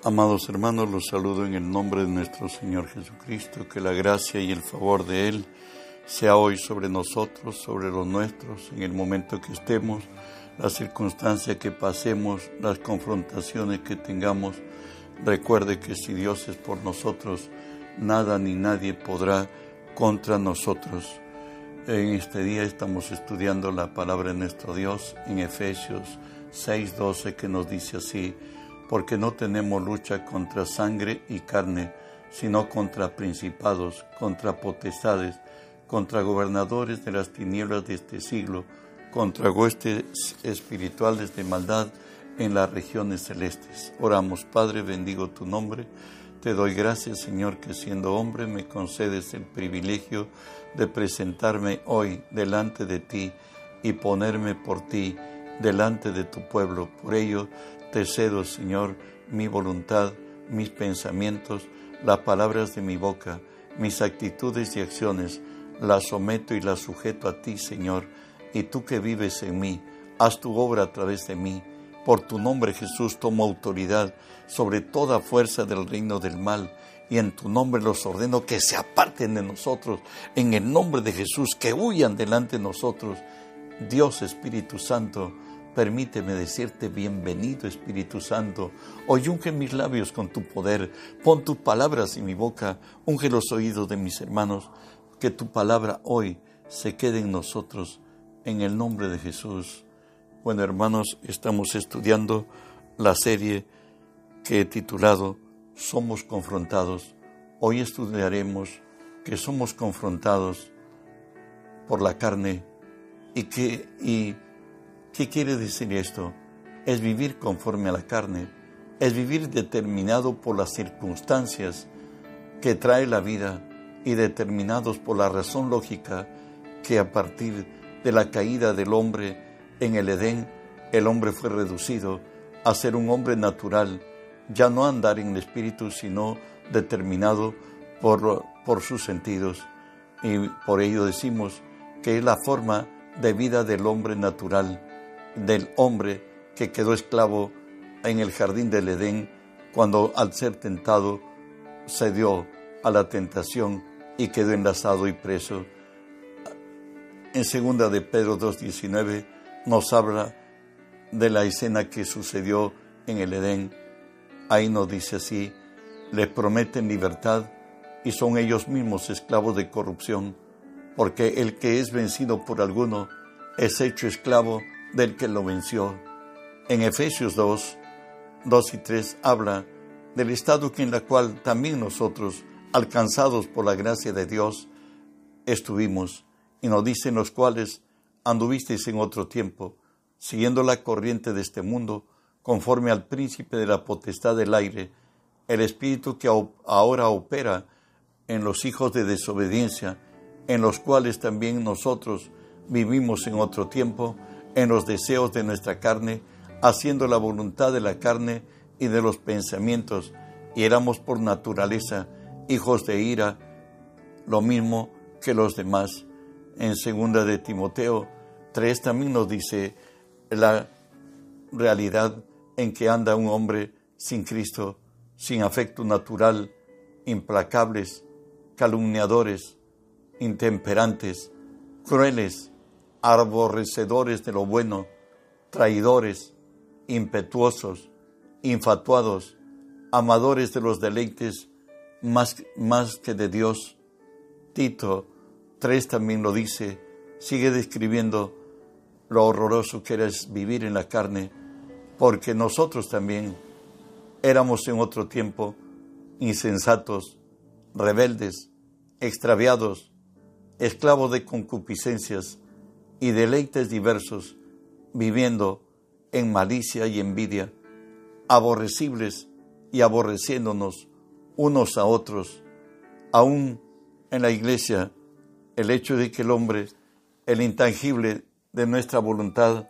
Amados hermanos, los saludo en el nombre de nuestro Señor Jesucristo, que la gracia y el favor de Él sea hoy sobre nosotros, sobre los nuestros, en el momento que estemos, la circunstancia que pasemos, las confrontaciones que tengamos. Recuerde que si Dios es por nosotros, nada ni nadie podrá contra nosotros. En este día estamos estudiando la palabra de nuestro Dios en Efesios 6:12, que nos dice así: porque no tenemos lucha contra sangre y carne, sino contra principados, contra potestades, contra gobernadores de las tinieblas de este siglo, contra huestes espirituales de maldad en las regiones celestes. Oramos. Padre, bendigo tu nombre. Te doy gracias, Señor, que siendo hombre me concedes el privilegio de presentarme hoy delante de ti y ponerme por ti delante de tu pueblo. Por ello te cedo, Señor, mi voluntad, mis pensamientos, las palabras de mi boca, mis actitudes y acciones, las someto y las sujeto a ti, Señor, y tú que vives en mí, haz tu obra a través de mí. Por tu nombre, Jesús, tomo autoridad sobre toda fuerza del reino del mal, y en tu nombre los ordeno que se aparten de nosotros, en el nombre de Jesús, que huyan delante de nosotros. Dios, Espíritu Santo, permíteme decirte bienvenido, Espíritu Santo. Hoy unge mis labios con tu poder, pon tus palabras en mi boca, unge los oídos de mis hermanos, que tu palabra hoy se quede en nosotros, en el nombre de Jesús. Bueno, hermanos, estamos estudiando la serie que he titulado Somos confrontados. Hoy estudiaremos que somos confrontados por la carne. ¿Y qué quiere decir esto? Es vivir conforme a la carne, es vivir determinado por las circunstancias que trae la vida y determinados por la razón lógica que a partir de la caída del hombre en el Edén, el hombre fue reducido a ser un hombre natural, ya no andar en el espíritu, sino determinado por sus sentidos. Y por ello decimos que es la forma de vida del hombre natural, del hombre que quedó esclavo en el jardín del Edén, cuando al ser tentado cedió a la tentación y quedó enlazado y preso. En 2 de Pedro 2:19 nos habla de la escena que sucedió en el Edén. Ahí nos dice así: les prometen libertad y son ellos mismos esclavos de corrupción, porque el que es vencido por alguno es hecho esclavo del que lo venció. En Efesios 2 y 3 habla del estado en el cual también nosotros, alcanzados por la gracia de Dios, estuvimos, y nos dice: en los cuales anduvisteis en otro tiempo, siguiendo la corriente de este mundo, conforme al príncipe de la potestad del aire, el espíritu que ahora opera en los hijos de desobediencia, en los cuales también nosotros vivimos en otro tiempo, en los deseos de nuestra carne, haciendo la voluntad de la carne y de los pensamientos, y éramos por naturaleza hijos de ira, lo mismo que los demás. En 2 de Timoteo 3 también nos dice la realidad en que anda un hombre sin Cristo, sin afecto natural, implacables, calumniadores, intemperantes, crueles, aborrecedores de lo bueno, traidores, impetuosos, infatuados, amadores de los deleites más que de Dios. Tito 3 también lo dice, sigue describiendo lo horroroso que era vivir en la carne, porque nosotros también éramos en otro tiempo insensatos, rebeldes, extraviados, esclavos de concupiscencias y deleites diversos, viviendo en malicia y envidia, aborrecibles y aborreciéndonos unos a otros. Aún en la iglesia, el hecho de que el hombre, el intangible de nuestra voluntad,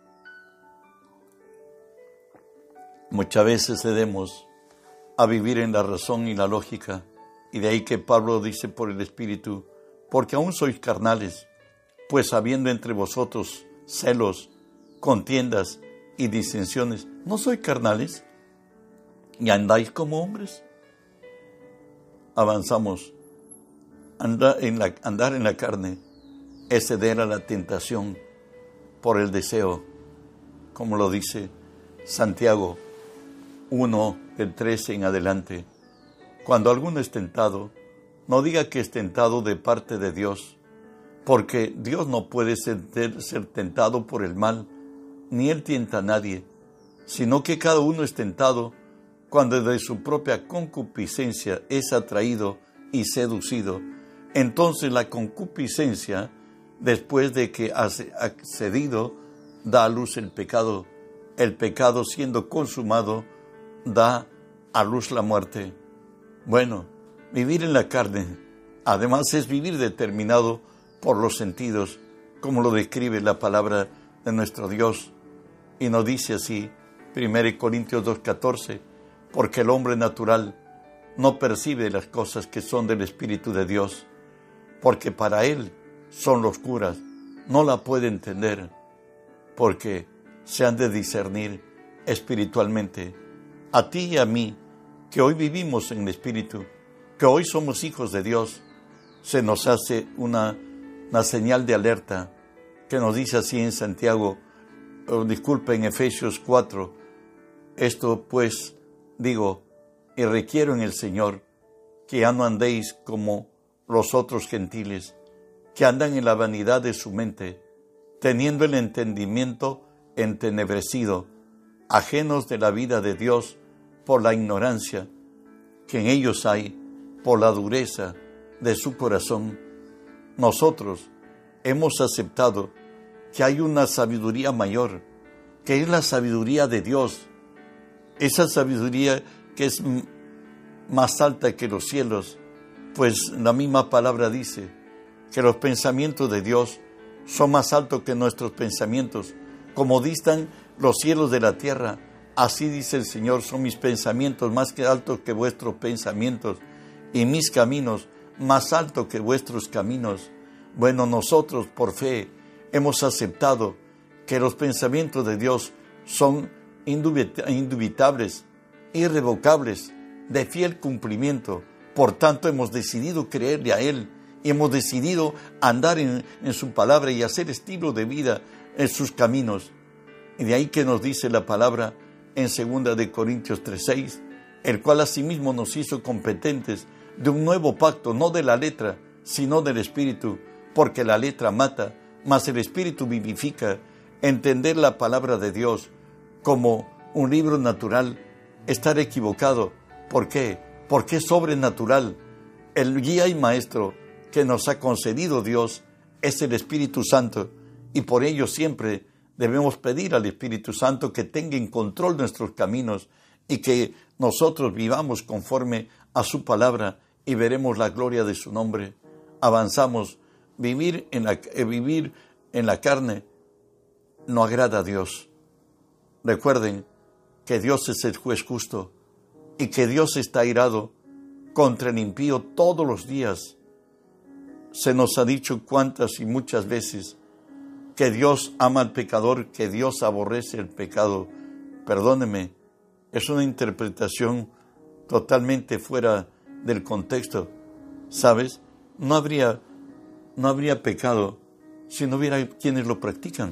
muchas veces cedemos a vivir en la razón y la lógica, y de ahí que Pablo dice por el Espíritu: porque aún sois carnales, pues habiendo entre vosotros celos, contiendas y disensiones, ¿no sois carnales? ¿Y andáis como hombres? Avanzamos. Andar en la carne es ceder a la tentación por el deseo, como lo dice Santiago 1, del 13 en adelante. Cuando alguno es tentado, no diga que es tentado de parte de Dios, porque Dios no puede ser tentado por el mal, ni Él tienta a nadie, sino que cada uno es tentado cuando de su propia concupiscencia es atraído y seducido. Entonces la concupiscencia, después de que ha accedido, da a luz el pecado. El pecado, siendo consumado, da a luz la muerte. Bueno, vivir en la carne, además, es vivir determinado por los sentidos, como lo describe la palabra de nuestro Dios. Y nos dice así, 1 Corintios 2:14, porque el hombre natural no percibe las cosas que son del Espíritu de Dios, porque para él son oscuras, no la puede entender, porque se han de discernir espiritualmente. A ti y a mí, que hoy vivimos en el Espíritu, que hoy somos hijos de Dios, se nos hace una señal de alerta que nos dice así en en Efesios 4, esto pues digo y requiero en el Señor, que ya no andéis como los otros gentiles, que andan en la vanidad de su mente, teniendo el entendimiento entenebrecido, ajenos de la vida de Dios por la ignorancia que en ellos hay, por la dureza de su corazón. Nosotros hemos aceptado que hay una sabiduría mayor, que es la sabiduría de Dios, esa sabiduría que es más alta que los cielos, pues la misma palabra dice que los pensamientos de Dios son más altos que nuestros pensamientos, como distan los cielos de la tierra. Así dice el Señor, son mis pensamientos más que altos que vuestros pensamientos, y mis caminos más altos que vuestros caminos. Bueno, nosotros por fe hemos aceptado que los pensamientos de Dios son indubitables, irrevocables, de fiel cumplimiento. Por tanto, hemos decidido creerle a Él y hemos decidido andar en su palabra y hacer estilo de vida en sus caminos. Y de ahí que nos dice la palabra en 2 de Corintios 3:6, el cual asimismo nos hizo competentes de un nuevo pacto, no de la letra, sino del Espíritu, porque la letra mata, mas el Espíritu vivifica. Entender la palabra de Dios como un libro natural, estar equivocado. ¿Por qué? Porque es sobrenatural. El guía y maestro que nos ha concedido Dios es el Espíritu Santo, y por ello siempre debemos pedir al Espíritu Santo que tenga en control nuestros caminos y que nosotros vivamos conforme a su palabra y veremos la gloria de su nombre. Avanzamos. Vivir en la carne no agrada a Dios. Recuerden que Dios es el juez justo y que Dios está airado contra el impío todos los días. Se nos ha dicho cuántas y muchas veces que Dios ama al pecador, que Dios aborrece el pecado. Perdóneme, es una interpretación totalmente fuera del contexto. ¿Sabes? No habría pecado si no hubiera quienes lo practican.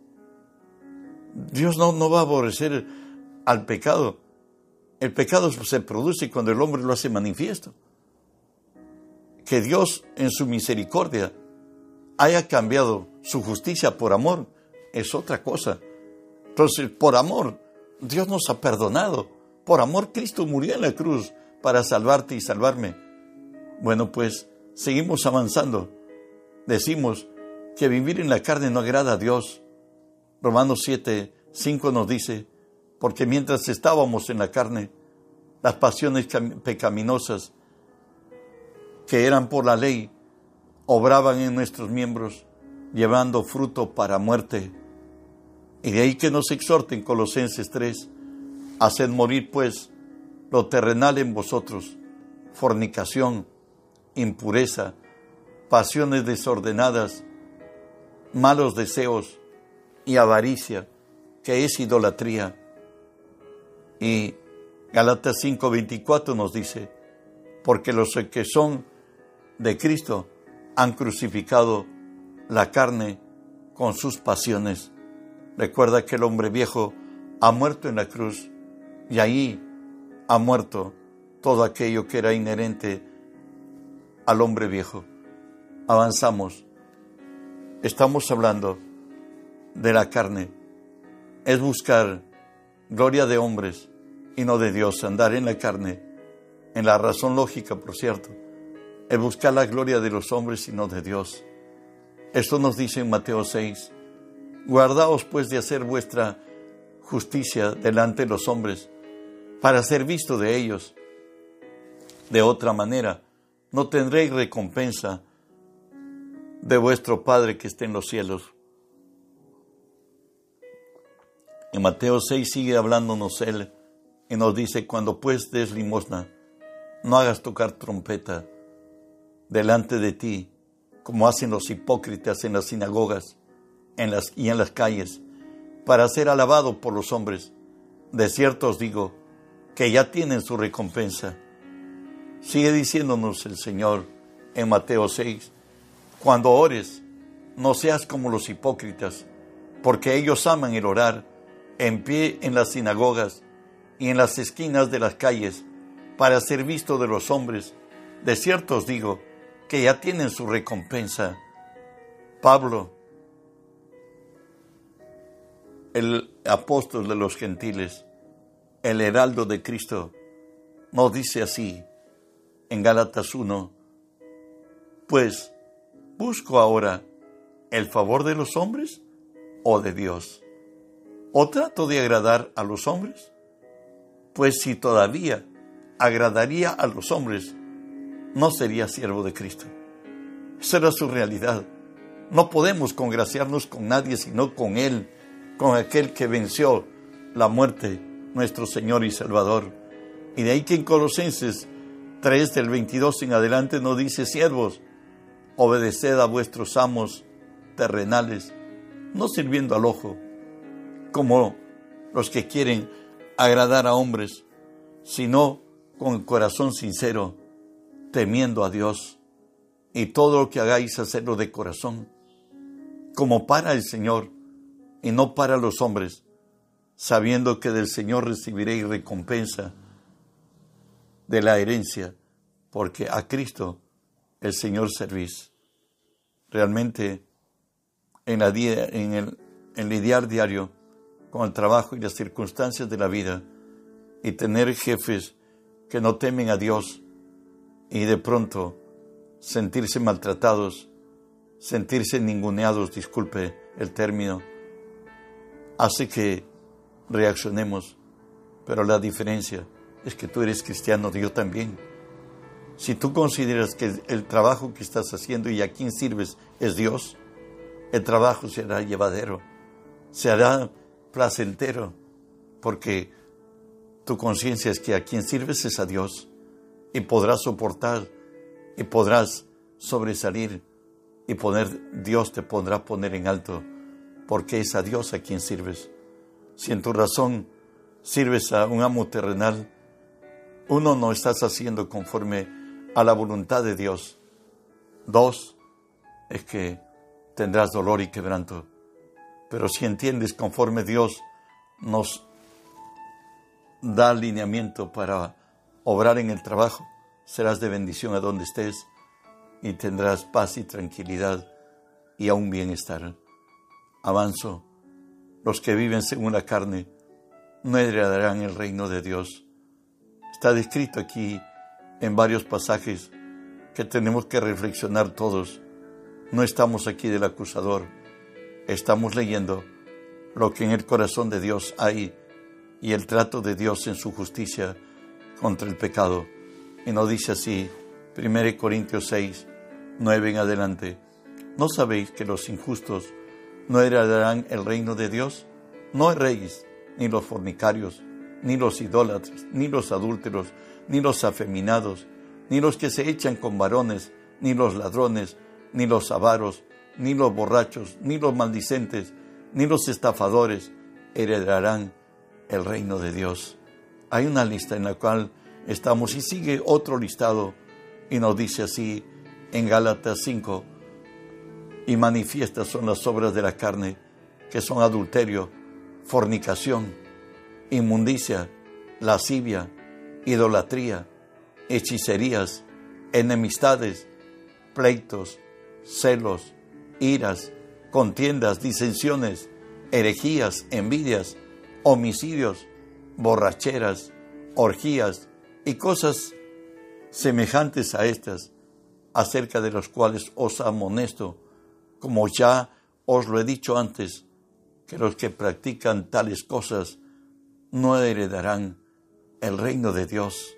Dios no va a aborrecer al pecado. El pecado se produce cuando el hombre lo hace manifiesto. Que Dios en su misericordia haya cambiado su justicia por amor es otra cosa. Entonces, por amor, Dios nos ha perdonado. Por amor, Cristo murió en la cruz para salvarte y salvarme. Bueno, pues, seguimos avanzando. Decimos que vivir en la carne no agrada a Dios. Romanos 7:5 nos dice, porque mientras estábamos en la carne, las pasiones pecaminosas que eran por la ley obraban en nuestros miembros, llevando fruto para muerte. Y de ahí que nos exhorta en Colosenses 3, haced morir pues lo terrenal en vosotros, fornicación, impureza, pasiones desordenadas, malos deseos y avaricia, que es idolatría. Y Gálatas 5:24 nos dice, porque los que son de Cristo han crucificado la carne con sus pasiones. Recuerda que el hombre viejo ha muerto en la cruz y ahí ha muerto todo aquello que era inherente al hombre viejo. Avanzamos. Estamos hablando de la carne. Es buscar gloria de hombres y no de Dios. Andar en la carne, en la razón lógica, por cierto, es buscar la gloria de los hombres y no de Dios. Esto nos dice en Mateo 6. Guardaos pues de hacer vuestra justicia delante de los hombres, para ser visto de ellos. De otra manera, no tendréis recompensa de vuestro Padre que esté en los cielos. En Mateo 6 sigue hablándonos Él y nos dice, cuando pues des limosna, no hagas tocar trompeta delante de ti, como hacen los hipócritas en las sinagogas y en las calles, para ser alabado por los hombres. De cierto os digo, que ya tienen su recompensa. Sigue diciéndonos el Señor en Mateo 6, cuando ores, no seas como los hipócritas, porque ellos aman el orar en pie en las sinagogas y en las esquinas de las calles, para ser visto de los hombres. De cierto os digo, que ya tienen su recompensa. Pablo, el apóstol de los gentiles, el heraldo de Cristo, nos dice así en Gálatas 1, pues, ¿busco ahora el favor de los hombres o de Dios? ¿O trato de agradar a los hombres? Pues si todavía agradaría a los hombres, no sería siervo de Cristo. Esa era su realidad. No podemos congraciarnos con nadie sino con Él, con aquel que venció la muerte, nuestro Señor y Salvador. Y de ahí que en Colosenses 3, del 22 en adelante, nos dice, siervos, obedeced a vuestros amos terrenales, no sirviendo al ojo, como los que quieren agradar a hombres, sino con el corazón sincero, temiendo a Dios, y todo lo que hagáis, hacerlo de corazón, como para el Señor, y no para los hombres, sabiendo que del Señor recibiréis recompensa de la herencia, porque a Cristo el Señor servís. Realmente, en lidiar diario con el trabajo y las circunstancias de la vida, y tener jefes que no temen a Dios, y de pronto sentirse maltratados, sentirse ninguneados, disculpe el término, hace que reaccionemos. Pero la diferencia es que tú eres cristiano, yo también. Si tú consideras que el trabajo que estás haciendo y a quien sirves es Dios, el trabajo se hará llevadero, se hará placentero, porque tu conciencia es que a quien sirves es a Dios, y podrás soportar, y podrás sobresalir, y Dios te podrá poner en alto, porque es a Dios a quien sirves. Si en tu razón sirves a un amo terrenal, uno, no estás haciendo conforme a la voluntad de Dios. Dos, es que tendrás dolor y quebranto. Pero si entiendes conforme Dios nos da alineamiento para obrar en el trabajo, serás de bendición a donde estés y tendrás paz y tranquilidad y aún bienestar. Avanzo. Los que viven según la carne no heredarán el reino de Dios. Está descrito aquí en varios pasajes que tenemos que reflexionar todos. No estamos aquí del acusador, estamos leyendo lo que en el corazón de Dios hay y el trato de Dios en su justicia contra el pecado. Y nos dice así, 1 Corintios 6, 9 en adelante, ¿no sabéis que los injustos no heredarán el reino de Dios? No erréis, ni los fornicarios, ni los idólatras, ni los adúlteros, ni los afeminados, ni los que se echan con varones, ni los ladrones, ni los avaros, ni los borrachos, ni los maldicentes, ni los estafadores heredarán el reino de Dios. Hay una lista en la cual estamos y sigue otro listado y nos dice así en Gálatas 5: y manifiestas son las obras de la carne, que son adulterio, fornicación, inmundicia, lascivia, idolatría, hechicerías, enemistades, pleitos, celos, iras, contiendas, disensiones, herejías, envidias, homicidios, borracheras, orgías y cosas semejantes a estas, acerca de los cuales os amonesto, como ya os lo he dicho antes, que los que practican tales cosas no heredarán el reino de Dios.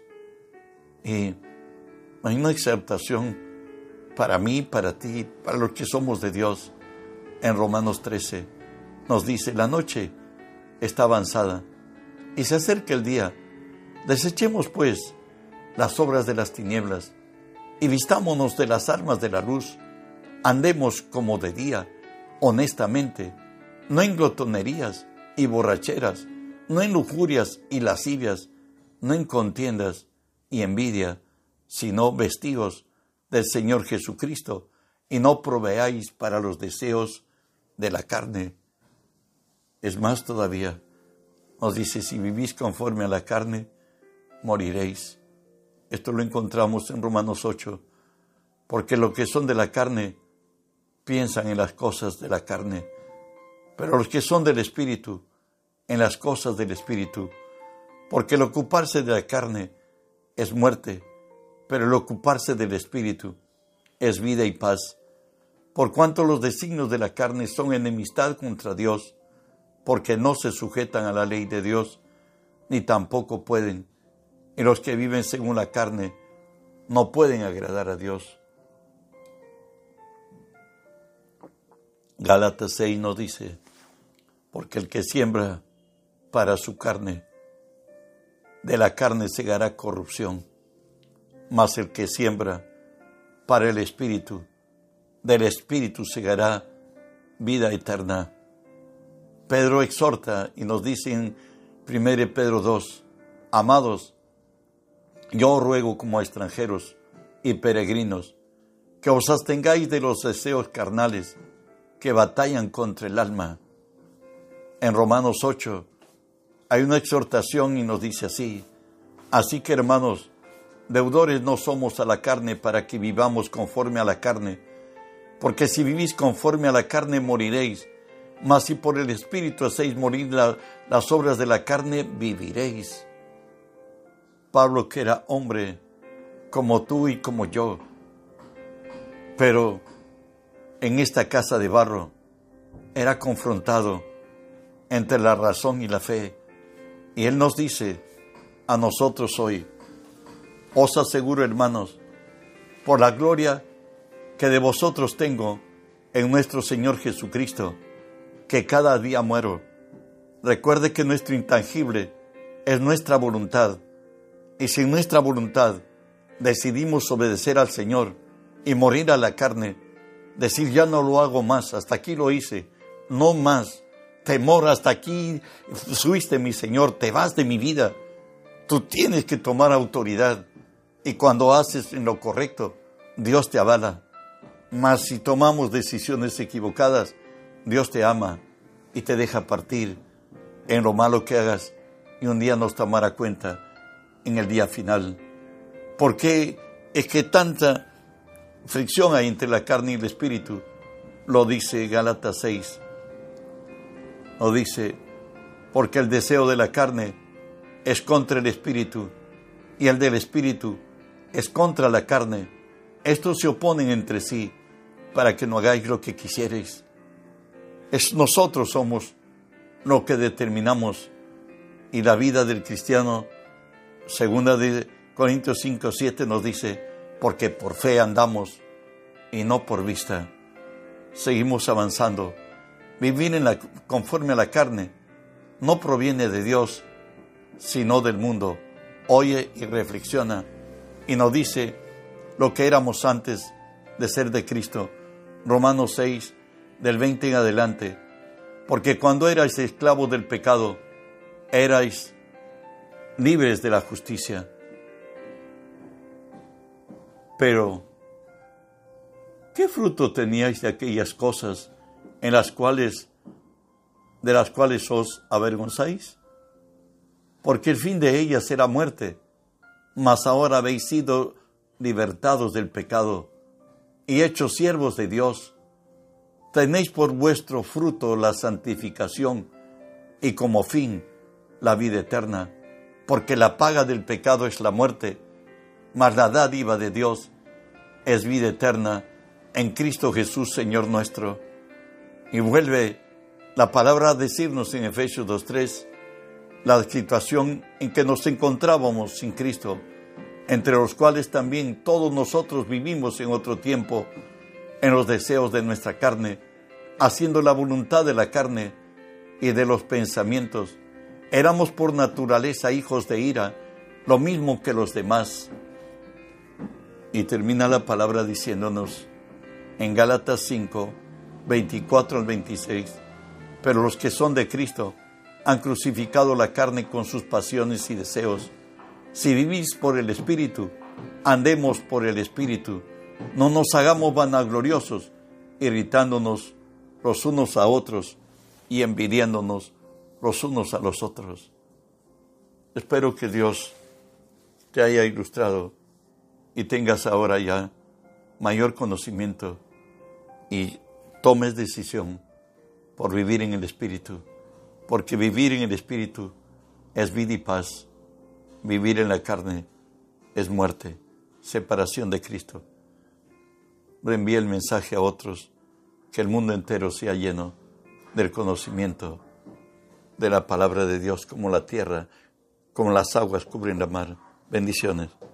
Y hay una exhortación para mí, para ti, para los que somos de Dios. En Romanos 13 nos dice: la noche está avanzada y se acerca el día. Desechemos pues las obras de las tinieblas y vistámonos de las armas de la luz. Andemos como de día, honestamente, no en glotonerías y borracheras, no en lujurias y lascivias, no en contiendas y envidia, sino vestidos del Señor Jesucristo, y no proveáis para los deseos de la carne. Es más todavía, nos dice: si vivís conforme a la carne, moriréis. Esto lo encontramos en Romanos 8, porque los que son de la carne piensan en las cosas de la carne, pero los que son del Espíritu, en las cosas del Espíritu. Porque el ocuparse de la carne es muerte, pero el ocuparse del Espíritu es vida y paz. Por cuanto los designios de la carne son enemistad contra Dios, porque no se sujetan a la ley de Dios, ni tampoco pueden. Y los que viven según la carne no pueden agradar a Dios. Gálatas 6 nos dice: porque el que siembra para su carne, de la carne segará corrupción, mas el que siembra para el Espíritu, del Espíritu segará vida eterna. Pedro exhorta y nos dice en 1 Pedro 2: amados, yo os ruego como a extranjeros y peregrinos, que os abstengáis de los deseos carnales que batallan contra el alma. En Romanos 8 hay una exhortación y nos dice así: así que, hermanos, deudores no somos a la carne para que vivamos conforme a la carne, porque si vivís conforme a la carne moriréis, mas si por el Espíritu hacéis morir las obras de la carne, viviréis. Pablo, que era hombre como tú y como yo, pero en esta casa de barro era confrontado entre la razón y la fe. Y él nos dice a nosotros hoy: os aseguro, hermanos, por la gloria que de vosotros tengo en nuestro Señor Jesucristo, que cada día muero. Recuerde que nuestro intangible es nuestra voluntad. Y si en nuestra voluntad decidimos obedecer al Señor y morir a la carne, decir: ya no lo hago más, hasta aquí lo hice, no más, temor, hasta aquí fuiste, mi Señor, te vas de mi vida. Tú tienes que tomar autoridad, y cuando haces en lo correcto, Dios te avala. Mas si tomamos decisiones equivocadas, Dios te ama y te deja partir en lo malo que hagas, y un día nos tomará cuenta en el día final. ¿Por qué es que tanta fricción hay entre la carne y el Espíritu? Lo dice Gálatas 6. Lo dice: porque el deseo de la carne es contra el Espíritu, y el del Espíritu es contra la carne. Estos se oponen entre sí, para que no hagáis lo que quisierais. Nosotros somos lo que determinamos, y la vida del cristiano, segunda de Corintios 5:7 nos dice: porque por fe andamos y no por vista. Seguimos avanzando. Vivir conforme a la carne no proviene de Dios, sino del mundo. Oye y reflexiona, y nos dice lo que éramos antes de ser de Cristo. Romanos 6, del 20 en adelante: porque cuando erais esclavos del pecado, erais libres de la justicia. Pero, ¿qué fruto teníais de aquellas cosas de las cuales os avergonzáis? Porque el fin de ellas era muerte, mas ahora habéis sido libertados del pecado y hechos siervos de Dios. Tenéis por vuestro fruto la santificación y como fin la vida eterna, porque la paga del pecado es la muerte, mas la dádiva de Dios es vida eterna en Cristo Jesús, Señor nuestro. Y vuelve la palabra a decirnos en Efesios 2:3, la situación en que nos encontrábamos sin Cristo, entre los cuales también todos nosotros vivimos en otro tiempo, en los deseos de nuestra carne, haciendo la voluntad de la carne y de los pensamientos. Éramos por naturaleza hijos de ira, lo mismo que los demás. Y termina la palabra diciéndonos en Gálatas 5, 24 al 26, pero los que son de Cristo han crucificado la carne con sus pasiones y deseos. Si vivís por el Espíritu, andemos por el Espíritu. No nos hagamos vanagloriosos, irritándonos los unos a otros y envidiándonos los unos a los otros. Espero que Dios te haya ilustrado y tengas ahora ya mayor conocimiento y tomes decisión por vivir en el Espíritu, porque vivir en el Espíritu es vida y paz. Vivir en la carne es muerte, separación de Cristo. Reenvíe el mensaje a otros, que el mundo entero sea lleno del conocimiento de la palabra de Dios, como la tierra, como las aguas cubren la mar. Bendiciones.